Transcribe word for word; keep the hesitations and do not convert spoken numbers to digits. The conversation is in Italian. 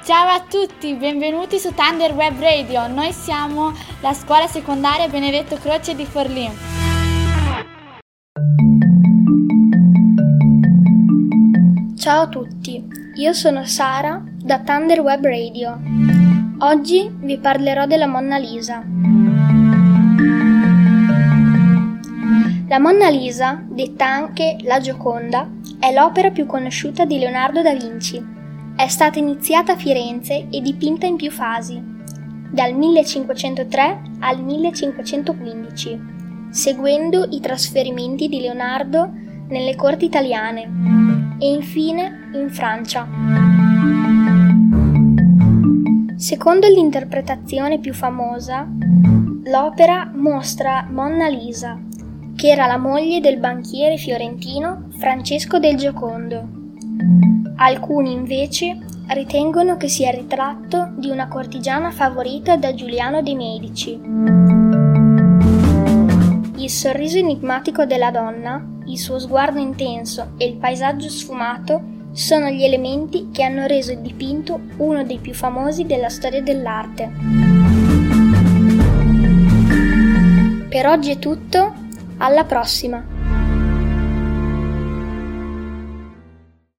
Ciao a tutti, benvenuti su Thunder Web Radio. Noi siamo la scuola secondaria Benedetto Croce di Forlì. Ciao a tutti, io sono Sara da Thunder Web Radio. Oggi vi parlerò della Monna Lisa. La Monna Lisa, detta anche la Gioconda, è l'opera più conosciuta di Leonardo da Vinci. È stata iniziata a Firenze e dipinta in più fasi, dal millecinquecentotre al millecinquecentoquindici, seguendo i trasferimenti di Leonardo nelle corti italiane e infine in Francia. Secondo l'interpretazione più famosa, l'opera mostra Monna Lisa, che era la moglie del banchiere fiorentino Francesco del Giocondo. Alcuni invece ritengono che sia il ritratto di una cortigiana favorita da Giuliano de' Medici. Il sorriso enigmatico della donna, il suo sguardo intenso e il paesaggio sfumato sono gli elementi che hanno reso il dipinto uno dei più famosi della storia dell'arte. Per oggi è tutto, alla prossima!